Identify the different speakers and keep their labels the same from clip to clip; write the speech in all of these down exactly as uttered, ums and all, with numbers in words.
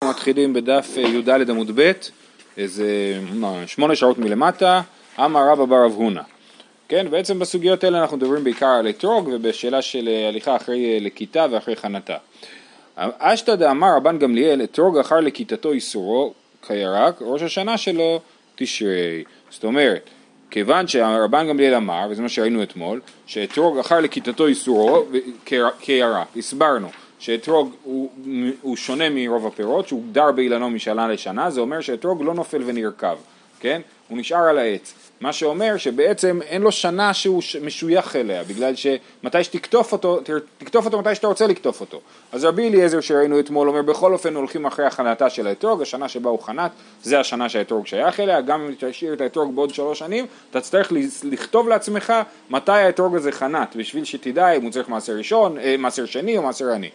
Speaker 1: אנחנו מתחילים בדף י"ד עמוד ב', איזה שמונה שעות מלמטה, אמר רבא בר אב הונא. כן, בעצם בסוגיות האלה אנחנו מדברים בעיקר על אתרוג ובשאלה של הליכה אחרי לקיטה ואחרי חנתה. אשתא דאמר רבן גמליאל, אתרוג אחר לקיטתו איסורו כירק, ראש השנה שלו תשרי. זאת אומרת, כיוון שרבן גמליאל אמר, וזה מה שראינו אתמול, שאתרוג אחר לקיטתו איסורו כירק, הסברנו שאתרוג הוא, הוא שונה מרוב הפירות, שהוא גדר באילנו משנה לשנה, זה אומר שאתרוג לא נופל ונרכב, כן? הוא נשאר על העץ, מה שאומר שבעצם אין לו שנה שהוא משוייך אליה, בגלל שמתי שתקטוף אותו, תקטוף אותו מתי שאתה רוצה לקטוף אותו. אז רבי אליעזר שראינו אתמול אומר, בכל אופן הולכים אחרי החנתה של האתרוג, השנה שבה הוא חנת, זה השנה שהאתרוג שייך אליה, גם אם תשאיר את האתרוג בעוד שלוש שנים, אתה צריך לכתוב לעצמך מתי האתרוג הזה חנת, בשביל שתדע אם הוא צריך מעשר ראשון, מעשר שני או מעשר עני.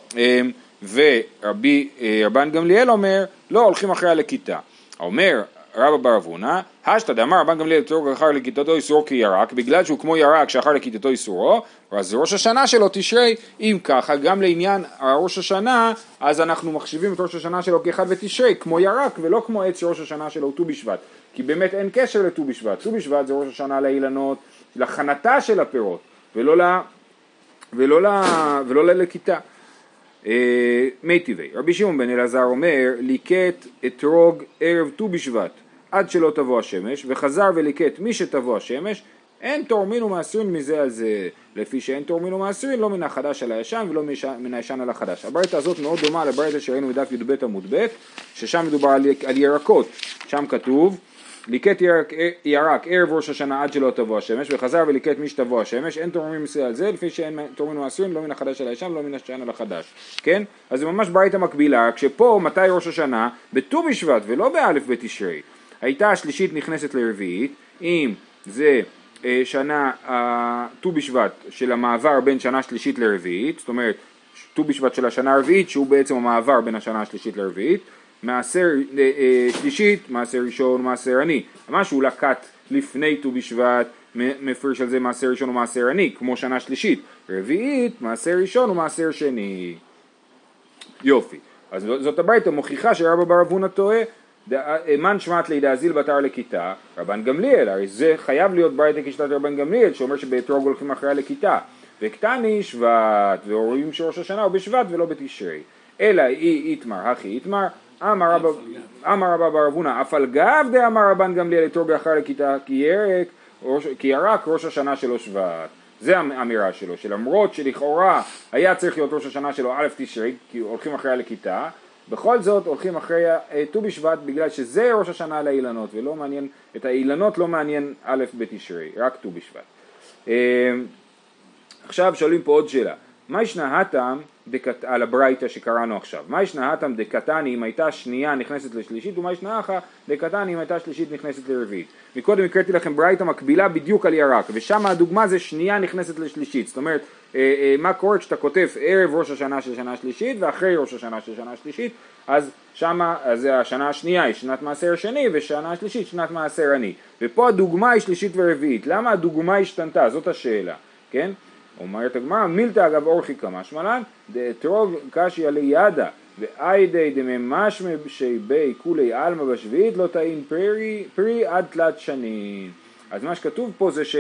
Speaker 1: ורבי רבן גמליאל אומר, לא, הולכים אחרי הלקיטה. אומר רבא בר אב הונא, אשתא דאמר רבן גמליאל אתרוג אחר לקיטתו איסורו כירק, בגלל שהוא כמו ירק שאחר לקיטתו איסורו, אז ראש השנה שלו תשרי. אם ככה, גם לעניין ראש השנה, אז אנחנו מחשיבים את ראש השנה שלו כאחד ותשרי, כמו ירק, ולא כמו עץ שראש השנה שלו הוא ט"ו בשבט, כי באמת אין קשר לט"ו בשבט. ט"ו בשבט זה ראש השנה לאילנות, לחנתה של הפירות, ולא ל... ולא ל... ולא ללקיטה. מי טבעי, רבי שמעון בן אלעזר אומר, ליקט אתרוג ערב ט"ו בשבט עד שלא תבוא השמש, וחזר וליקט מי שתבוא השמש, אין תורמין ומעשרין מזה על זה, לפי שאין תורמין ומעשרין לא מן החדש על הישן ולא מן הישן על החדש. הברייתא הזאת מאוד דומה לברייתא שראינו בדף י"ב עמוד ב', ששם מדובר על, על ירקות, שם כתוב ליקט ירק, ירק ערב ראש השנה עד שלא תבוא השמש, וחזר וליקט מי שתבוא השמש, אין תורמים מזה על זה, לפי שאין תורמים ומעשרין לא מן החדש על הישן ולא מן הישן על החדש. כן? אז זה ממש ברייתא מקבילה, כשפה מתי ראש השנה? בט"ו בשבט ולא באלף בתשרי. הייתה השלישית נכנסת לרביעית, אם זה אה, שנה ט"ו בשבט של המעבר בין שנה שלישית לרביעית, זאת אומרת ט"ו בשבט של השנה הרביעית שהוא בעצם המעבר בין השנה השלישית לרביעית, מעשר אה, אה, שלישית, מעשר ראשון ומעשר עני. מה שהוא לקט לפני ט"ו בשבט, מפריש על זה מעשר ראשון ומעשר עני, כמו שנה שלישית. רביעית, מעשר ראשון ומעשר שני. יופי. אז זאת הברייתא מוכיחה שרבא בר אב הונא טועה, מן שמעת לי דאזיל בתר לקיטה, רבן גמליאל, הרי זה חייב להיות ברייתא כשיטת רבן גמליאל, שאומר שבאתרוג הולכים אחרי הלקיטה. וקטני שבט, ורואים שראש השנה הוא בשבט ולא בתשרי. אלא אי איתמר, הכי איתמר, אמר רבא בר אב הונא, אף על גב דאמר רבן גמליאל אתרוג אחר לקיטה, כי ירק, כי ירק ראש השנה שלו שבט. זה האמירה שלו, שלמרות שלכאורה היה צריך להיות ראש השנה שלו א' תשרי, כי הולכים אחרי הלקיטה, בכל זאת הולכים אחרי ט"ו בשבט בגלל שזה ראש השנה לאילנות, ולא מעניין, את האילנות לא מעניין א' בתשרי, רק ט"ו בשבט. עכשיו שואלים פה עוד שאלה, מה ישנה הטעם על הברייתא שקראנו עכשיו? מה ישנה הטעם דקתני אם הייתה שנייה נכנסת לשלישית, ומה ישנה אחא דקתני אם הייתה שלישית נכנסת לרביעית? מקודם הקראתי לכם ברייתא מקבילה בדיוק על ירק, ושם הדוגמה זה שנייה נכנסת לשלישית, זאת אומרת, מה קורה כשאתה כותב ערב ראש השנה של שנה שלישית ואחרי ראש השנה של שנה שלישית, אז שמה, אז השנה השנייה היא שנת מעשר שני ושנה השלישית שנת מעשר עני, ופה הדוגמה היא שלישית ורביעית. למה הדוגמה השתנתה? זאת השאלה, כן? אומרת הגמרא, מילתא אגב אורחי כמשמע לן, דאתרוג קשיא לידא, ואיידי דממשמע שבי כולי עלמא בשביעית לא טעין פרי, פרי עד תלת שנים. אז מה שכתוב פה זה ש...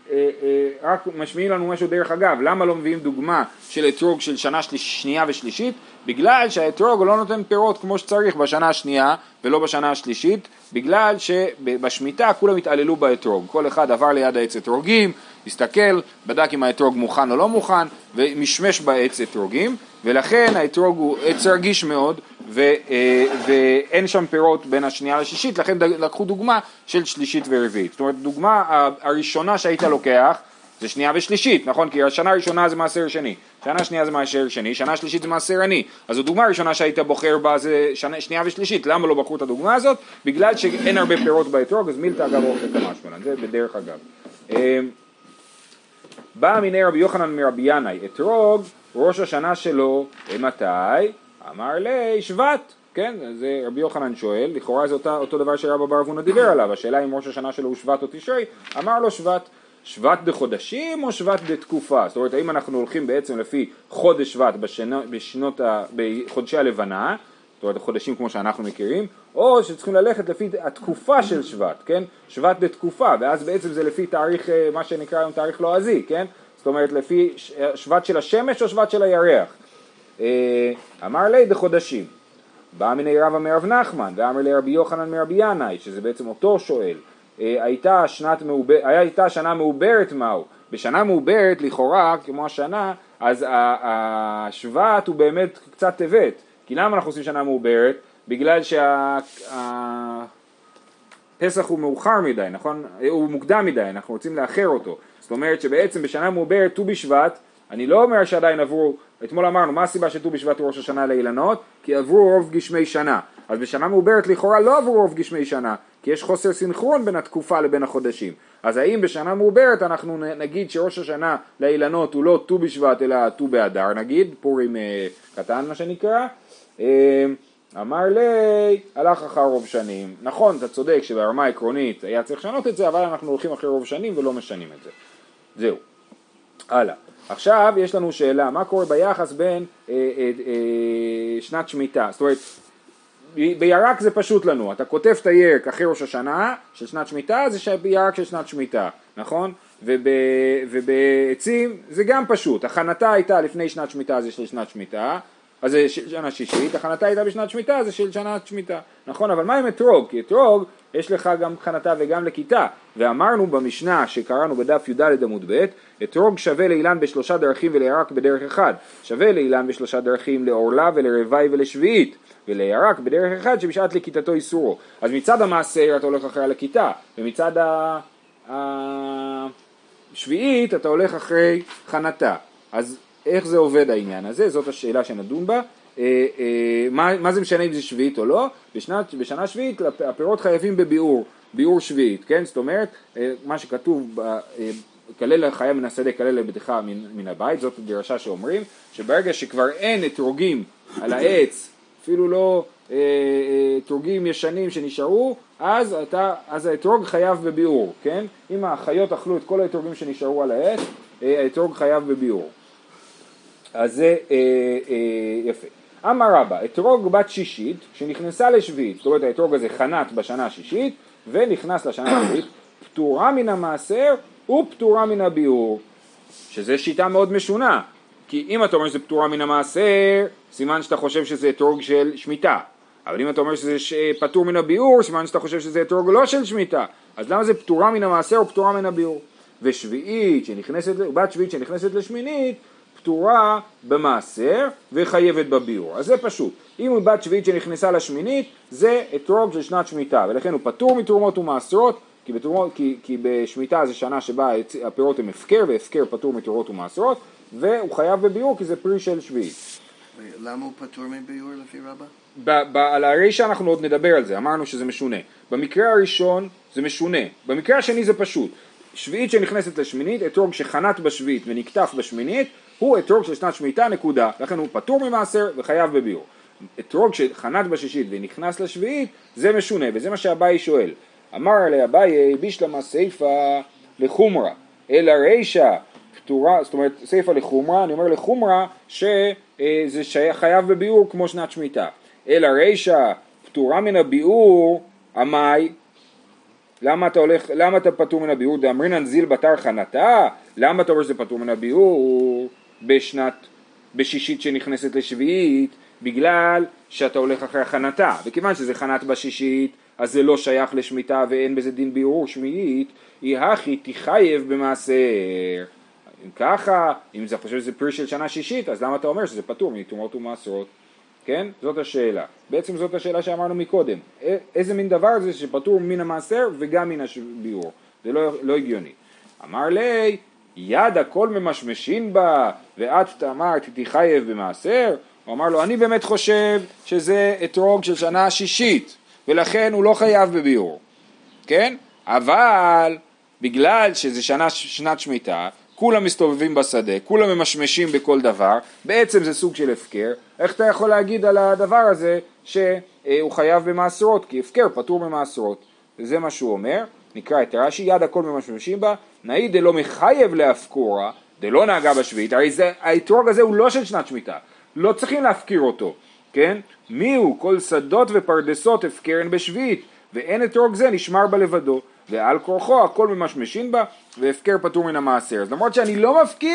Speaker 1: רק משמיעים לנו משהו דרך אגב, למה לא מביאים דוגמה של אתרוג של שנה שנייה ושלישית? בגלל שהאתרוג לא נותן פירות כמו שצריך בשנה השנייה ולא בשנה השלישית, בגלל שבשמיטה כולם התעללו באתרוג, כל אחד עבר ליד העץ אתרוגים, הסתכל, בדק אם האתרוג מוכן או לא מוכן, ומשמש בעץ אתרוגים, ולכן האתרוג הוא עץ רגיש מאוד, ו, ואין שם פירות בין השנייה לשישית, לכן לקחו דוגמה של שלישית ורביעית. זאת אומרת, דוגמה הראשונה שהיית לוקח, זה שנייה ושלישית, נכון? כי השנה הראשונה זה מעשר שני, שנה שנייה זה מעשר שני, שנה שלישית זה מעשר עני. אז הדוגמה הראשונה שהיית בוחר בה זה שנה, שנייה ושלישית. למה לא בחרו את הדוגמה הזאת? בגלל שאין הרבה פירות באתרוג, אז מילתא אגב אורחי כמשמע לן, זה בדרך אגב. בא מיני רבי יוחנן מרבי ינאי, אתרוג ראש השנה שלו מתי? אמר לי שבט, כן? זה רבי יוחנן שואל, לכאורה זה אותה, אותו דבר שרבא בר אב הונא דיבר עליו, השאלה אם ראש השנה שלו הוא שבט או תשרי, אמר לו שבט. שבט בחודשים או שבט בתקופה? זאת אומרת, האם אנחנו הולכים בעצם לפי חודש שבט בשנות, בשנות ה, בחודשי הלבנה, זאת אומרת החודשים כמו שאנחנו מכירים, או שצריכים ללכת לפי התקופה של שבט, כן? שבט בתקופה, ואז בעצם זה לפי תאריך, מה שנקרא היום תאריך לועזי, כן? זאת אומרת לפי שבט של השמש או שבט של הירח. אמר לי בחודשים, בא מיני רבא מרב נחמן, ואמר לי רבי יוחנן מרבי ינאי, שזה בעצם אותו שואל, הייתה, שנת מעובר, הייתה שנה מעוברת מהו? בשנה מעוברת לכאורה, כמו השנה, אז השבט הוא באמת קצת טבת. כי למה אנחנו עושים שנה מעוברת? בגלל שהפסח הוא מאוחר מדי, נכון? הוא מוקדם מדי, אנחנו רוצים לאחר אותו. זאת אומרת שבעצם בשנה מעוברת ט"ו בשבט, אני לא אומר שעדיין עברו, אתמול אמרנו, מה הסיבה שט"ו בשבט הוא ראש השנה לאילנות? כי עברו רוב גשמי שנה. אז בשנה מעוברת לכאורה לא עברו רוב גשמי שנה, כי יש חוסר סינכרון בין התקופה לבין החודשים. אז האם בשנה מעוברת אנחנו נגיד שראש השנה לאילנות הוא לא ט"ו בשבט אלא ט"ו באדר, נגיד, פורים אה, קטן מה שנקרא, אה, אמר לי, הלך אחר רוב שנים. נכון, אתה צודק שברמה העקרונית היה צריך לשנות את זה, אבל אנחנו הולכים אחרי רוב שנים ולא משנים את זה. זהו. הלאה. עכשיו יש לנו שאלה, מה קורה ביחס בין אה, אה, אה, שנת שמיטה? זאת אומרת, בירק זה פשוט לנו, אתה כותב את הירק אחרי ראש השנה של שנת שמיטה, זה בירק של שנת שמיטה, נכון? וב, ובעצים זה גם פשוט, הכנתה הייתה לפני שנת שמיטה, זה של שנת שמיטה, אז זה של שנה שישית, הכנתה הייתה בשנת שמיטה, זה של שנת שמיטה, נכון? אבל מה עם אתרוג? כי אתרוג יש לך גם הכנתה וגם לכיתה, ואמרנו במשנה שקראנו בדף י"ד עמוד ב', אתרוג שווה לאילן בשלושה דרכים ולירק בדרך אחד, שווה לאילן בשלושה דרכים לעורלה ולרבעי ולשביעית, ולירק בדרך אחד שבשעת לכיתתו איסורו. אז מצד המעשר אתה הולך אחרי לכיתה, ומצד השביעית אתה הולך אחרי חנתה. אז איך זה עובד העניין הזה? זאת השאלה שנדון בה. אה, אה, מה, מה זה משנה אם זה שביעית או לא? בשנת, בשנה שביעית הפירות חייבים בביאור, ביאור שביעית, כן? זאת אומרת, אה, מה שכתוב, אה, כלל חיה מן השדה, כלל לביתך מן, מן הבית, זאת דרשה שאומרים, שברגע שכבר אין אתרוגים על העץ, אפילו לא אה, אה, אתרוגים ישנים שנשארו, אז, אתה, אז האתרוג חייב בביאור, כן? אם החיות אכלו את כל האתרוגים שנשארו על העץ, אה, האתרוג חייב בביאור. אז זה אה, אה, יפה. אמר רבא, אתרוג בת שישית שנכנסה לשביעית, זאת אומרת האתרוג הזה חנת בשנה השישית ונכנס לשנה השביעית, פטורה מן המעשר ופטורה מן הביאור, שזה שיטה מאוד משונה, כי אם אתה אומר שזה פטורה מן המעשר, סימן שאתה חושב שזה אתרוג של שמיטה, אבל אם אתה אומר שזה פטור מן הביאור, סימן שאתה חושב שזה אתרוג לא של שמיטה, אז למה זה פטורה מן המעשר או פטורה מן הביאור? ושביעית שנכנסת, בת שביעית שנכנסת לשמינית, פטורה במעשר וחייבת בביאור. אז זה פשוט. אם הוא בת שביעית שנכנסה לשמינית, זה אתרוג של שנת שמיטה, ולכן הוא פטור מתרומות ומעשרות, כי, בתרומות, כי, כי בשמיטה זה שנה שבה הפירות הם הפקר, והפקר פטור מתרומות ומעשרות, והוא חייב בביאור כי זה פרי של שביעית.
Speaker 2: למה הוא פטור מביאור לפי רבא?
Speaker 1: ב- ב- על הרישה אנחנו עוד נדבר על זה, אמרנו שזה משונה. במקרה הראשון זה משונה, במקרה השני זה פשוט. שביעית שנכנסת לשמינית, אתרוג שחנת בשביעית ונקטף בשמינית, הוא אתרוג של שנת שמיטה נקודה, לכן הוא פטור ממעשר וחייב בביאור. אתרוג שחנת בשישית ונכנס לשביעית, זה משונה, וזה מה שהבאי שואל. אמר עלי הבאי, בישלמה סייפה לחומרה, אלא רישה פטורה, זאת אומרת סייפה לחומרה, אני אומר לחומרה שזה חייב בביאור כמו שנת שמיטה. אלא רישה פטורה מן הביאור, המאי, למה אתה הולך, למה אתה פטור מן הביאור? דאמרינן זיל בתר חנתה, למה אתה אומר שזה פטור מן הביאור בשנת, בשישית שנכנסת לשביעית? בגלל שאתה הולך אחרי חנתה, וכיוון שזה חנת בשישית, אז זה לא שייך לשמיטה ואין בזה דין ביאור שמיעית, היא הכי תחייב במעשר. אם ככה, אם זה חושב שזה פרי של שנה שישית, אז למה אתה אומר שזה פטור מתרומות ומעשרות? כן? זאת השאלה. בעצם זאת השאלה שאמרנו מקודם. איזה מין דבר זה שפטור מן המעשר וגם מן הביאור? זה לא, לא הגיוני. אמר לי, יד הכל ממשמשין בה, ואת אמרת תחייב במעשר? הוא אמר לו, אני באמת חושב שזה אתרוג של שנה שישית, ולכן הוא לא חייב בביאור. כן? אבל בגלל שזה שנה, שנת שמיטה, כולם מסתובבים בשדה, כולם ממשמשים בכל דבר, בעצם זה סוג של הפקר. איך אתה יכול להגיד על הדבר הזה שהוא חייב במעשרות? כי הפקר פטור במעשרות. וזה מה שהוא אומר, נקרא את רש"י, יד הכל ממשמשים בה, נאי דלא מחייב להפקורה, דלא נהגה בשביעית, הרי זה, האתרוג הזה הוא לא של שנת שמיטה, לא צריכים להפקיר אותו, כן? מי הוא כל שדות ופרדסות הפקרן בשביעית, ואין אתרוג זה נשמר בה לבדו, ועל כורחו הכל ממשמשין בה, והפקר פטור מן המעשר. אז למרות שאני לא מפקיר,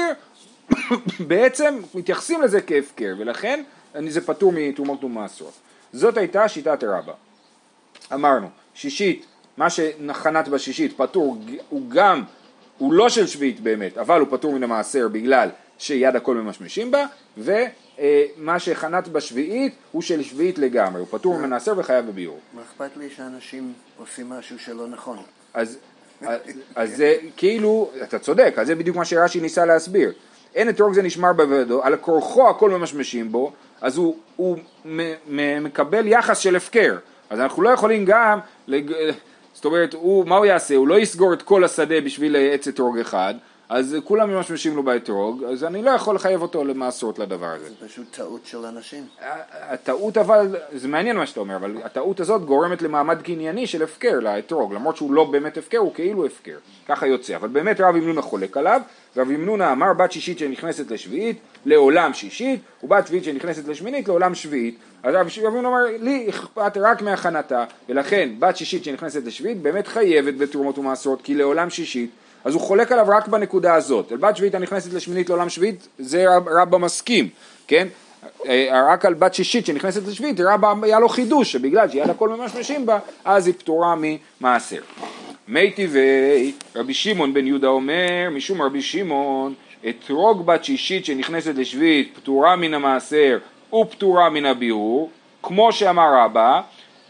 Speaker 1: בעצם מתייחסים לזה כהפקר, ולכן אני זה פטור מתרומות ומעשרות. זאת הייתה שיטת רבא. אמרנו, שישית, מה שחנת בשישית פטור, הוא גם, הוא לא של שביעית באמת, אבל הוא פטור מן המעשר בגלל שיד הכל ממשמשים בה, ומה שחנת בשביעית הוא של שביעית לגמרי, הוא פטור מן המעשר וחייב בביאור.
Speaker 2: מה אכפת לי שאנשים עושים משהו שלא נכון?
Speaker 1: אז, אז זה כאילו, אתה צודק, אז זה בדיוק מה שרש"י ניסה להסביר. אין אתרוג זה נשמר בבדו, על כורחו הכל ממשמשים בו, אז הוא, הוא מ- מקבל יחס של הפקר. אז אנחנו לא יכולים גם, לג... זאת אומרת, הוא, מה הוא יעשה? הוא לא יסגור את כל השדה בשביל עץ אתרוג אחד, אז כולם ממשמשים לו באתרוג, אז אני לא יכול לחייב אותו למעשרות לדבר הזה.
Speaker 2: זה פשוט טעות של אנשים.
Speaker 1: הטעות אבל, זה מעניין מה שאתה אומר, אבל הטעות הזאת גורמת למעמד קנייני של הפקר לאתרוג, למרות שהוא לא באמת הפקר, הוא כאילו הפקר. ככה יוצא, אבל באמת רב ימנונה חולק עליו, רב ימנונה אמר בת שישית שנכנסת לשביעית, לעולם שישית, ובת שביעית שנכנסת לשמינית, לעולם שביעית. אז רב ימנונה אומר, לי אכפת רק מהכנתה, ולכן בת שישית שנכנסת לשביעית באמת חייבת בתרומות ומעשרות, כי לעולם שישית, אז הוא חולק עליו רק בנקודה הזאת. על בת שביעית הנכנסת לשמינית לעולם שביעית, זה רבא מסכים, כן? רק על בת שישית שנכנסת לשביעית, רבא היה לו חידוש, שבגלל שיד הכל ממשמשים בה, אז היא פטורה ממעשר. מי טבעי, רבי שמעון בן יהודה אומר, משום רבי שמעון, אתרוג בת שישית שנכנסת לשביעית, פטורה מן המעשר ופטורה מן הביאור, כמו שאמר רבא,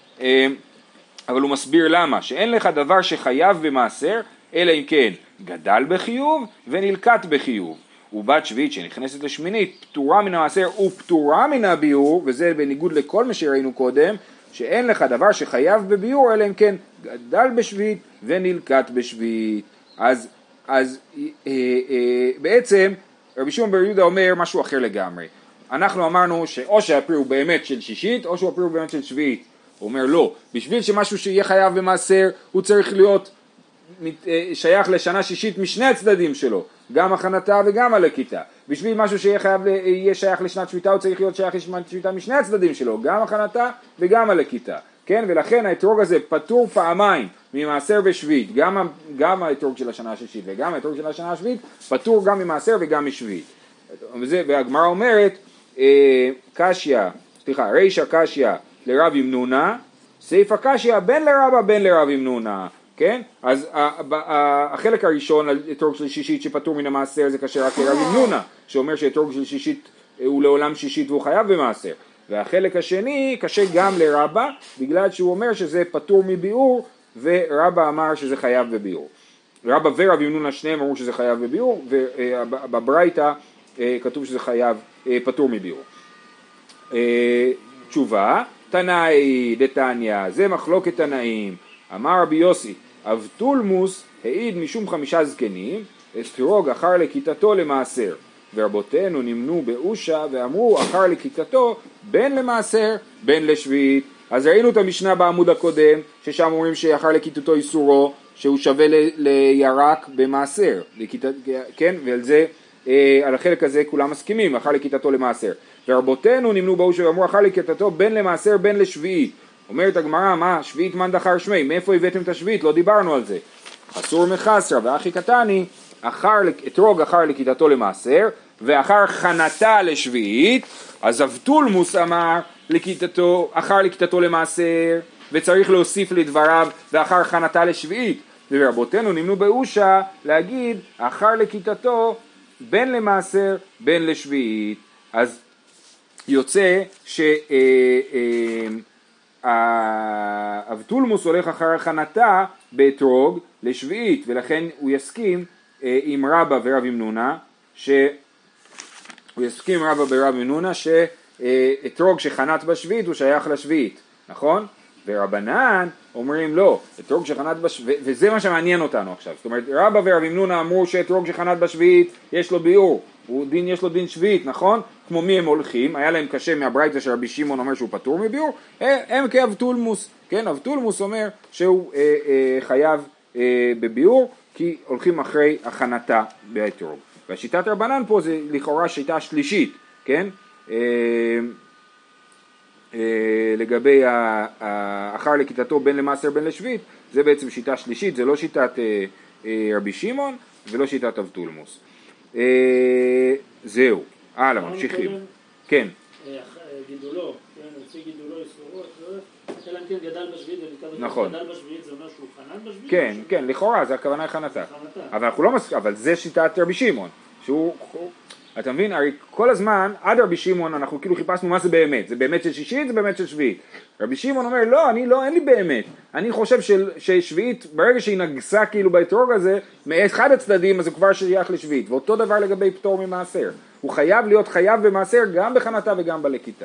Speaker 1: אבל הוא מסביר למה, שאין לך דבר שחייב במעשר, אלא אם כן גדל בחיוב ונלקט בחיוב. ובת שביעית שנכנסת לשמינית פטורה מן המעשר ופטורה מן הביאור, וזה בניגוד לכל מה שראינו קודם, שאין לך דבר שחייב בביאור אלא אם כן גדל בשביעית ונלקט בשביעית. אז, אז אה, אה, בעצם רבי שמעון בר יהודה אומר משהו אחר לגמרי. אנחנו אמרנו שאו שהפרי הוא באמת של שישית או שהוא הפרי הוא באמת של שביעית. הוא אומר לא, בשביל שמשהו שיהיה חייב במעשר הוא צריך להיות שייך לשנה שישית משני הצדדים שלו, גם הכנתה וגם הלקיטה. בשביל משהו שיהיה חייב, יהיה שייך לשנת שביתה, הוא צריך להיות שייך לשנת שביתה משני הצדדים שלו, גם הכנתה וגם הלקיטה. כן? ולכן האתרוג הזה פטור פעמיים ממעשר ושביעית, גם, גם האתרוג של השנה השישית וגם האתרוג של השנה השביעית, פטור גם ממעשר וגם משביעית. וזה, והגמרא אומרת, אה, קשיא, סליחה, רישא קשיא לרב ימנונה, סייפא קשיא בין לרבא בין לרב ימנונה. כן? אז החלק הראשון על אתרוג של שישית שפטור מן המעשר זה קשה רק לרב ימנונה, שאומר שאתרוג של שישית הוא לעולם שישית והוא חייב במעשר. והחלק השני קשה גם לרבא, בגלל שהוא אומר שזה פטור מביאור, ורבא אמר שזה חייב בביאור. רבא ורב ימנונה שניהם אמרו שזה חייב בביאור, ובברייתא כתוב שזה חייב פטור מביאור. תשובה, תנאי דתניא, זה מחלוקת תנאים. אמר רבי יוסי, אבטולמוס העיד משום חמישה זקנים, אתרוג אחר לכיתתו למעשר, ורבותינו נמנו באושה ואמרו אחר לכיתתו בין למעשר בין לשביעית. אז ראינו את המשנה בעמוד הקודם, ששם אומרים שאחר לכיתתו איסורו, שהוא שווה לירק במעשר, לכיתת, כן? ועל זה, אה, על החלק הזה כולם מסכימים, אחר לכיתתו למעשר. ורבותינו נמנו באושה ואמרו אחר לכיתתו בין למעשר בין לשביעית. אומרת הגמרא, מה? שביעית מן דחר שמי, מאיפה הבאתם את השביעית? לא דיברנו על זה. אסור מחסרא ואחי קטני, אחר, אתרוג אחר לכיתתו למעשר, ואחר חנתה לשביעית, אז אבטולמוס אמר לכיתתו, אחר לכיתתו למעשר, וצריך להוסיף לדבריו, ואחר חנתה לשביעית. ורבותינו נמנו באושה להגיד, אחר לכיתתו, בין למעשר, בין לשביעית. אז יוצא ש... אה, אה, אבטולמוס הולך אחר הכנתה באתרוג לשביעית, ולכן הוא יסכים אה, עם רבא ורב ימנונה, ש... הוא יסכים עם רבא ורב ימנונה שאתרוג שחנת בשביעית הוא שייך לשביעית, נכון? ורבנן אומרים לא, אתרוג שחנת בשביעית, וזה מה שמעניין אותנו עכשיו, זאת אומרת רבא ורב ימנונה אמרו שאתרוג שחנת בשביעית יש לו ביאור, הוא דין, יש לו דין שביעית, נכון? כמו מי הם הולכים, היה להם קשה מהברייתא שרבי שמעון אומר שהוא פטור מביאור, הם כאבטולמוס, כן? אבטולמוס אומר שהוא אה, אה, חייב אה, בביאור, כי הולכים אחרי הכנתה באתרוג. והשיטת רבנן פה זה לכאורה שיטה שלישית, כן? אה, לגבי האחר לכיתתו בין למעשר בין לשביעית, זה בעצם שיטה שלישית, זה לא שיטת רבי שמעון ולא שיטת אבטולמוס. זהו, הלאה, ממשיכים. כן.
Speaker 3: גידולו, לפי גידולו יסורות, אלא אם כן גדל בשביעית,
Speaker 1: נכון.
Speaker 3: גדל בשביעית זה אומר שהוא חנן בשביעית?
Speaker 1: כן, כן, לכאורה, זה הכוונה היא חנתה. אבל אנחנו לא מסכים, אבל זה שיטת רבי שמעון, שהוא, אתה מבין, הרי כל הזמן, עד רבי שמעון אנחנו כאילו חיפשנו מה זה באמת, זה באמת של שישית, זה באמת של שביעית. רבי שמעון אומר, לא, אני לא, אין לי באמת. אני חושב ששביעית, ברגע שהיא נגסה כאילו באתרוג הזה, מאחד הצדדים, אז הוא כבר שייך לשביעית. ואותו דבר לגבי פטור ממעשר. הוא חייב להיות חייב במעשר גם בחנתה וגם בלקיטה.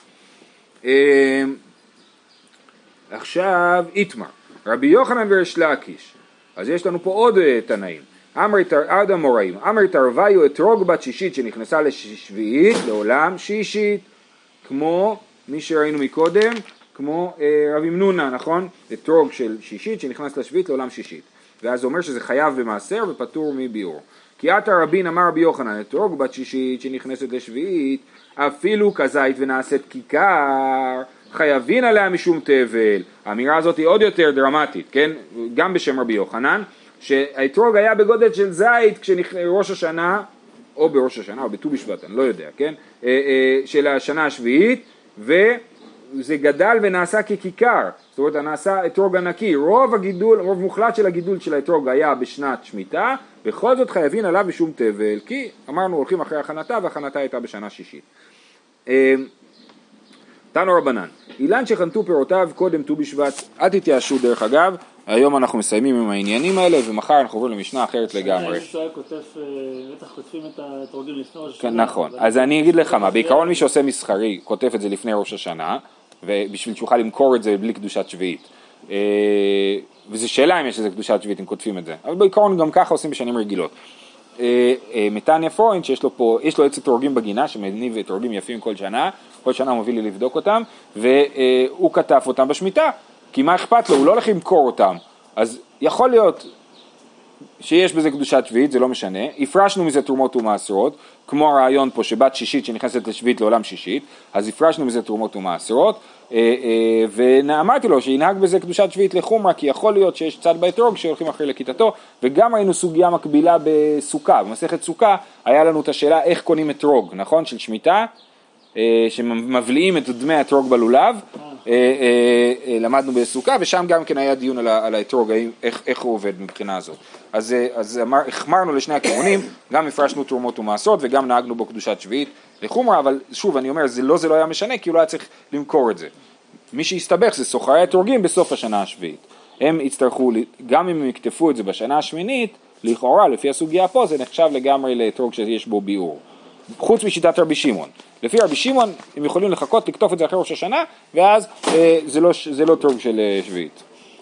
Speaker 1: עכשיו, איתמר, רבי יוחנן וריש לקיש. אז יש לנו פה עוד תנאים. עד המוראים, אמר תרוויו אתרוג בת שישית שנכנסה לשביעית לעולם שישית, כמו מי שראינו מקודם, כמו אה, רבי מנונה, נכון? אתרוג של שישית שנכנס לשביעית לעולם שישית. ואז הוא אומר שזה חייב במעשר ופטור מביאור. כי עתה רבין אמר רבי יוחנן, אתרוג בת שישית שנכנסת לשביעית, אפילו כזית ונעשית כיכר, חייבין עליה משום תבל. האמירה הזאת היא עוד יותר דרמטית, כן? גם בשם רבי יוחנן. שהאתרוג היה בגודל של זית כשראש השנה, או בראש השנה, או בט"ו בשבט, אני לא יודע, כן? של השנה השביעית, וזה גדל ונעשה ככיכר, זאת אומרת, נעשה אתרוג ענקי. רוב הגידול, רוב מוחלט של הגידול של האתרוג היה בשנת שמיטה, בכל זאת חייבים עליו בשום תבל, כי אמרנו הולכים אחרי הכנתה, והכנתה הייתה בשנה שישית. תנו רבנן, אילן שחנתו פירותיו קודם ט"ו בשבט, אל תתייאשו דרך אגב, היום אנחנו מסיימים עם העניינים האלה, ומחר אנחנו עוברים למשנה אחרת לגמרי.
Speaker 3: בטח כותבים את האתרוגים לפני ראש השנה.
Speaker 1: נכון, אז אני אגיד לך מה, בעיקרון מי שעושה מסחרי כותב את זה לפני ראש השנה, ובשביל שיוכל למכור את זה בלי קדושת שביעית. וזו שאלה אם יש איזה קדושת שביעית אם כותבים את זה, אבל בעיקרון גם ככה עושים בשנים רגילות. מתניה פרוינט שיש לו פה, יש לו עץ אתרוגים בגינה שמניב אתרוגים יפים כל שנה, כל שנה הוא מביא לי לבדוק אותם, והוא כתב אותם בשמיטה, כי מה אכפת לו, הוא לא הולך למכור אותם, אז יכול להיות שיש בזה קדושת שביעית, זה לא משנה, הפרשנו מזה תרומות ומעשרות, כמו הרעיון פה שבת שישית שנכנסת לשביעית לעולם שישית, אז הפרשנו מזה תרומות ומעשרות, ואמרתי לו שינהג בזה קדושת שביעית לחומרה, כי יכול להיות שיש צד באתרוג שהולכים אחרי לכיתתו, וגם ראינו סוגיה מקבילה בסוכה, במסכת סוכה היה לנו את השאלה איך קונים אתרוג, נכון? של שמיטה, שמבליעים את דמי האתרוג בלולב, למדנו בסוכה, ושם גם כן היה דיון על האתרוג, איך הוא עובד מבחינה הזאת. אז החמרנו לשני הכיוונים, גם הפרשנו תרומות ומעשרות, וגם נהגנו בו קדושת שביעית לחומרה, אבל שוב אני אומר, זה לא זה לא היה משנה, כי הוא לא היה צריך למכור את זה. מי שיסתבך זה סוחרי האתרוגים בסוף השנה השביעית. הם יצטרכו, גם אם הם יקטפו את זה בשנה השמינית, לכאורה, לפי הסוגיה פה, זה נחשב לגמרי לאתרוג שיש בו ביאור. חוץ משיטת רבי שמעון. לפי רבי שמעון הם יכולים לחכות, לקטוף את זה אחרי ראש השנה, ואז אה, זה לא, זה לא תרוג של אה, שביעית.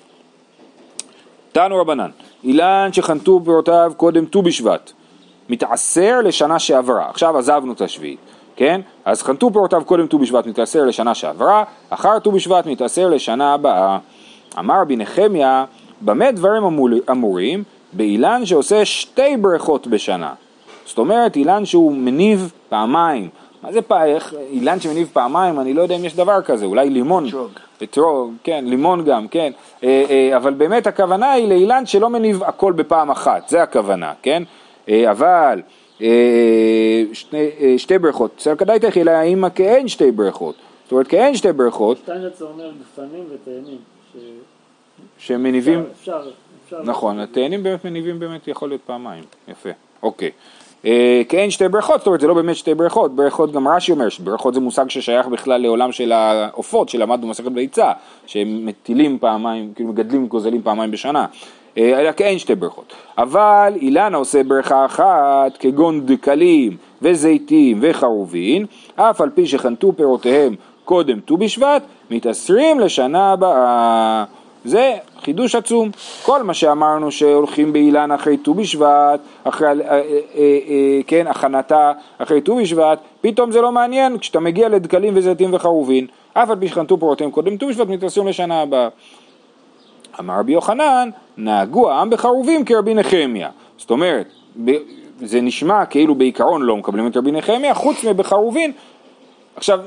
Speaker 1: תנו רבנן, אילן שחנתו פירותיו קודם ט"ו בשבט, מתעשר לשנה שעברה, עכשיו עזבנו את השביעית, כן? אז חנתו פירותיו קודם ט"ו בשבט, מתעשר לשנה שעברה, אחר ט"ו בשבט מתעשר לשנה הבאה. אמר רבי נחמיה, במה דברים אמורים? באילן שעושה שתי ברכות בשנה. זאת אומרת, אילן שהוא מניב פעמיים. מה זה פעך? אילן שמניב פעמיים, אני לא יודע אם יש דבר כזה, אולי לימון.
Speaker 2: אתרוג.
Speaker 1: אתרוג, כן, לימון גם, כן. אבל באמת הכוונה היא לאילן שלא מניב הכל בפעם אחת, זה הכוונה, כן? אבל שתי, שתי ברכות, בסדר כדאי תכי, אלא האמא כאין שתי ברכות. זאת אומרת, כאין שתי ברכות.
Speaker 3: שטיינץ אומר בפנים ותאנים.
Speaker 1: שמניבים.
Speaker 3: אפשר, אפשר.
Speaker 1: נכון, התאנים באמת מניבים באמת יכול להיות פעמיים. יפה, אוקיי. כאין שתי ברכות, זאת אומרת זה לא באמת שתי ברכות, ברכות גם רש"י אומר, ברכות זה מושג ששייך בכלל לעולם של העופות, שלמדנו במסכת ביצה, שהם מטילים פעמיים, כאילו מגדלים גוזלים פעמיים בשנה, אלא כאין שתי ברכות. אבל אילן עושה ברכה אחת, כגון דקלים וזיתים וחרובין, אף על פי שחנתו פירותיהם קודם ט"ו בשבט, מתעשרים לשנה הבאה. זה חידוש עצום. כל מה שאמרנו שהולכים באילן אחרי ט"ו בשבט, אחרי, אה, אה, אה, כן, הכנתה אחרי ט"ו בשבט, פתאום זה לא מעניין כשאתה מגיע לדקלים וזיתים וחרובין, אף על פי שחנתו פירותיהם קודם ט"ו בשבט, מתעשרים לשנה הבאה. אמר רבי יוחנן, נהגו העם בחרובים כרבי נחמיה. זאת אומרת, זה נשמע כאילו בעיקרון לא מקבלים את רבי נחמיה, חוץ מבחרובין. עכשיו,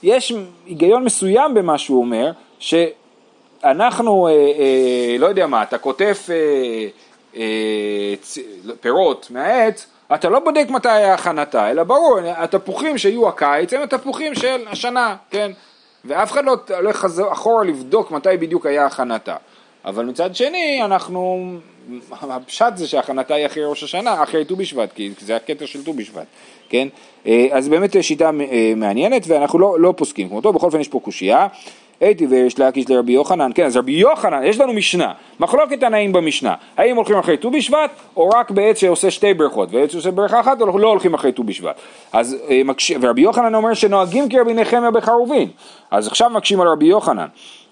Speaker 1: יש היגיון מסוים במה שהוא אומר, שאנחנו, אה, אה, לא יודע מה, אתה כותב אה, אה, צ... פירות מהעץ, אתה לא בודק מתי היה הכנתה, אלא ברור, התפוחים שיהיו הקיץ הם התפוחים של השנה, כן? ואף אחד לא הולך אחורה לבדוק מתי בדיוק היה הכנתה. אבל מצד שני, אנחנו, הפשט זה שהכנתה היא אחרי ראש השנה, אחרי ט"ו בשבט, כי זה הקטע של ט"ו בשבט, כן? אז באמת שיטה מעניינת, ואנחנו לא, לא פוסקים כמותו, בכל אופן יש פה קושייה, הייתי ויש להקיש לרבי יוחנן, כן, אז רבי יוחנן, יש לנו משנה, מחלוקת תנאים במשנה, האם הולכים אחרי ט"ו בשבט, או רק בעץ שעושה שתי ברכות, ועץ שעושה ברכה אחת, או לא הולכים אחרי ט"ו בשבט. אז, ורבי יוחנן אומר שנוהגים כרבי נחמיה בחרובין, אז עכשיו מקשים על רבי יוחנן,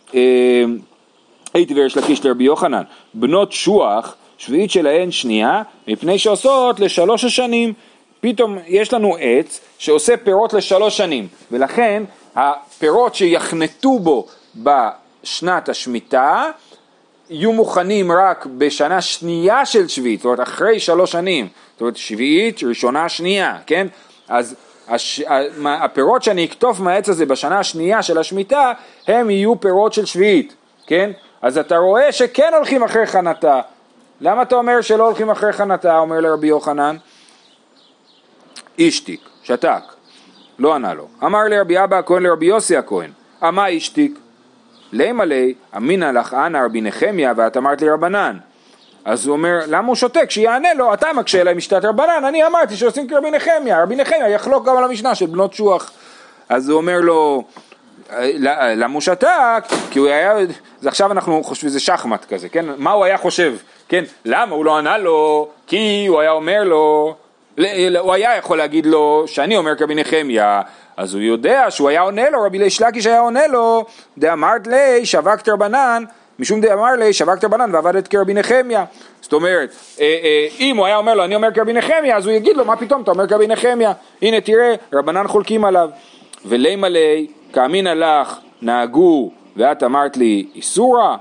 Speaker 1: הייתי ויש להקיש לרבי יוחנן, בנות שוח, שביעית שלהן שנייה, מפני שעושות לשלוש השנים, פתאום יש לנו עץ שעושה פירות לשלוש שנים, ולכן הפירות שיחנתו בו בשנת השמיטה, יהיו מוכנים רק בשנה שנייה של שביעית, זאת אומרת אחרי שלוש שנים, זאת אומרת שביעית, ראשונה, שנייה, כן? אז הש... הפירות שאני אכתוב מהעץ הזה בשנה השנייה של השמיטה, הם יהיו פירות של שביעית, כן? אז אתה רואה שכן הולכים אחרי חנתה. למה אתה אומר שלא הולכים אחרי חנתה? אומר לרבי יוחנן, אישתיק, שתק, לא ענה לו. אמר לרבי אבא הכהן לרבי יוסי הכהן, אמה אישתיק? לימה לי, אמינא לך אנא רבי נחמיה ואת אמרת לי רבנן. אז הוא אומר, למה הוא שותק? שיענה לו, אתה מקשה אליי משתת רבנן, אני אמרתי שעושים כרבי נחמיה, רבי נחמיה יחלוק גם על המשנה של בנות שוח. אז הוא אומר לו, למה הוא שתק? כי הוא היה, אז עכשיו אנחנו חושבים שזה שחמט כזה, כן? מה הוא היה חושב? כן? למה הוא לא ענה לו? כי הוא היה אומר לו, הוא היה יכול להגיד לו שאני אומר כרבי נחמיה, אז הוא יודע שהוא היה עונה לו, רבי ריש לקיש היה עונה לו, דאמרת לי שבקת רבנן, משום דאמר לי שבקת רבנן ועבדת כרבי נחמיה. זאת אומרת, אם הוא היה אומר לו אני אומר כרבי נחמיה, אז הוא יגיד לו מה פתאום אתה אומר כרבי נחמיה, הנה תראה רבנן חולקים עליו. ולימה לי כאמינא לך נהגו ואת אמרת לי איסורה.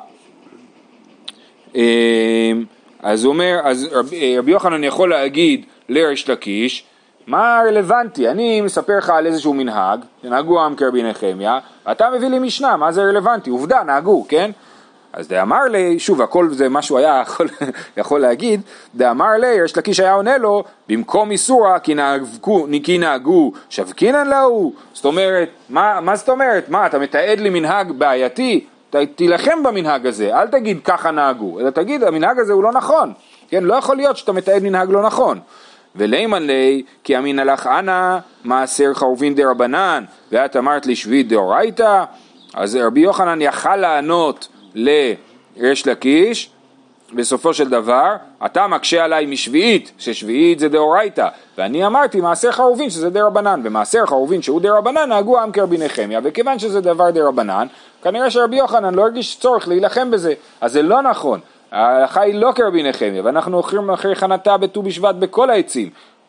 Speaker 1: אז הוא אומר, אז רבי, רבי יוחנן יכול להגיד לריש לקיש, מה רלוונטי? אני מספר לך על איזשהו מנהג, נהגו עם כרבי נחמיה, אתה מביא לי משנה, מה זה רלוונטי? עובדה, נהגו, כן? אז דאמר לי, שוב, הכל זה מה שהוא היה יכול, יכול להגיד, דאמר לי, ריש לקיש היה עונה לו, במקום איסורה, כי נהגו, כי נהגו, שבקינן להוא. זאת אומרת, מה, מה זאת אומרת? מה, אתה מתעד לי מנהג בעייתי? ת, תילחם במנהג הזה, אל תגיד ככה נהגו, אלא תגיד, המנהג הזה הוא לא נכון. כן, לא יכול להיות שאתה מתעד מנהג לא נכון. ולימן לי, כי אמינא לך אנא, מעשר חרובין דרבנן, ואת אמרת לי שביעית דאורייתא. אז רבי יוחנן יכל לענות לריש לקיש, בסופו של דבר, אתה מקשה עליי משביעית, ששביעית זה דאורייתא, ואני אמרתי מעשר חרובין שזה דרבנן, ומעשר חרובין שהוא דרבנן נהגו עם כרבי נחמיה, וכיוון שזה דבר דרבנן, כנראה שרבי יוחנן לא הרגיש צורך להילחם בזה, אז זה לא נכון. ההלכה היא לא כרבי נחמיה, ואנחנו הולכים אחרי חנתה בט"ו בשבט בכל העצים,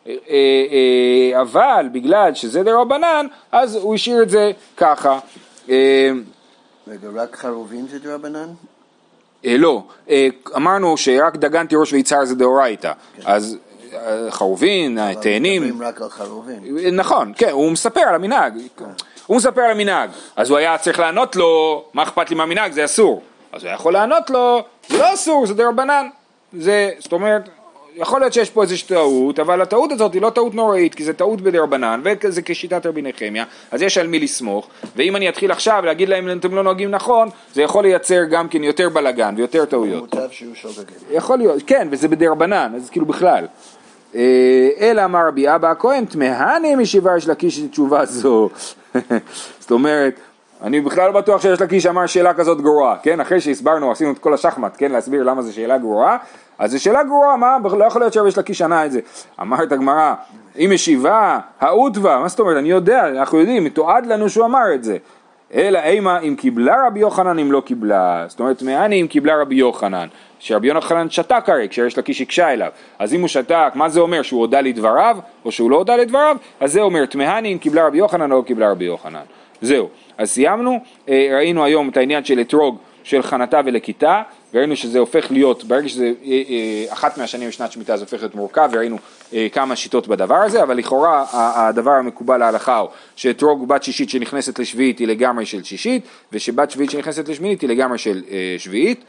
Speaker 1: אבל בגלל שזה דרבנן, אז הוא השאיר את זה ככה.
Speaker 2: רגע, רק חרובין זה דרבנן?
Speaker 1: לא, אמרנו שרק דגן תירוש ויצהר זה דאורייתא, אז חרובין, תאנים.
Speaker 2: מדברים רק על חרובין.
Speaker 1: נכון, כן, הוא מספר על המנהג. הוא מספר על המנהג, אז הוא היה צריך לענות לו, מה אכפת לי מהמנהג, זה אסור. אז הוא יכול לענות לו, זה לא אסור, זה דרבנן. זה, זאת אומרת, יכול להיות שיש פה איזושהי טעות, אבל הטעות הזאת היא לא טעות נוראית, כי זה טעות בדרבנן, וזה כשיטת רבי נחמיה, אז יש על מי לסמוך, ואם אני אתחיל עכשיו להגיד להם אתם לא נוהגים נכון, זה יכול לייצר גם כן יותר בלגן ויותר טעויות.
Speaker 2: מוטב שהוא שוגגן.
Speaker 1: יכול להיות, כן, וזה בדרבנן, אז כאילו בכלל. אלא אמר רבי אבא הכהן, תמהני משיבה ריש לקיש תשובה זו. זאת אומרת, אני בכלל לא בטוח שיש לקיש אמר שאלה כזאת גרועה, כן? אחרי שהסברנו, עשינו את כל השחמט, כן? להסביר למה זה שאלה גרועה, אז זו שאלה גרועה, מה? לא יכול להיות שיש לקיש ענה את זה. אמרת הגמרא, אם ישיבה, האותווה, מה זאת אומרת? אני יודע, אנחנו יודעים, מתועד לנו שהוא אמר את זה. אלא אימה, אם קיבלה רבי יוחנן, אם לא קיבלה. זאת אומרת, מעני אם קיבלה רבי יוחנן, שרבי יוחנן שתק הרי, כשיש לקיש הקשה אליו. אז אם הוא שתק, מה זה אומר? שהוא הודע לדבריו, או שהוא לא הודע לדבריו? אז זה אומר, תמהני אם קיבלה רבי יוחנן, או לא קיבלה רבי יוחנן. זהו. אז סיימנו, ראינו היום את העניין של אתרוג של חנתה ולקיטה, וראינו שזה הופך להיות, ברגע שזה אחת מהשנים בשנת שמיטה זה הופך להיות מורכב, וראינו כמה שיטות בדבר הזה, אבל לכאורה הדבר המקובל להלכה הוא שאתרוג בת שישית שנכנסת לשביעית היא לגמרי של שישית, ושבת שביעית שנכנסת לשמינית היא לגמרי של שביעית.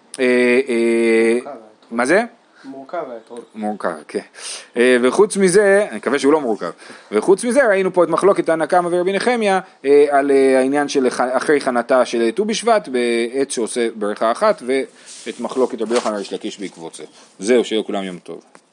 Speaker 1: מה זה?
Speaker 4: מורכב האתרוג.
Speaker 1: מורכב, כן. וחוץ מזה, אני מקווה שהוא לא מורכב, וחוץ מזה ראינו פה את מחלוקת תנא קמא ורבי נחמיה על העניין של אחרי חנתה של ט"ו בשבט בעת שעושה ברכה אחת, ואת מחלוקת רבי יוחנן וריש לקיש בעקבות זה. זהו, שיהיה כולם יום טוב.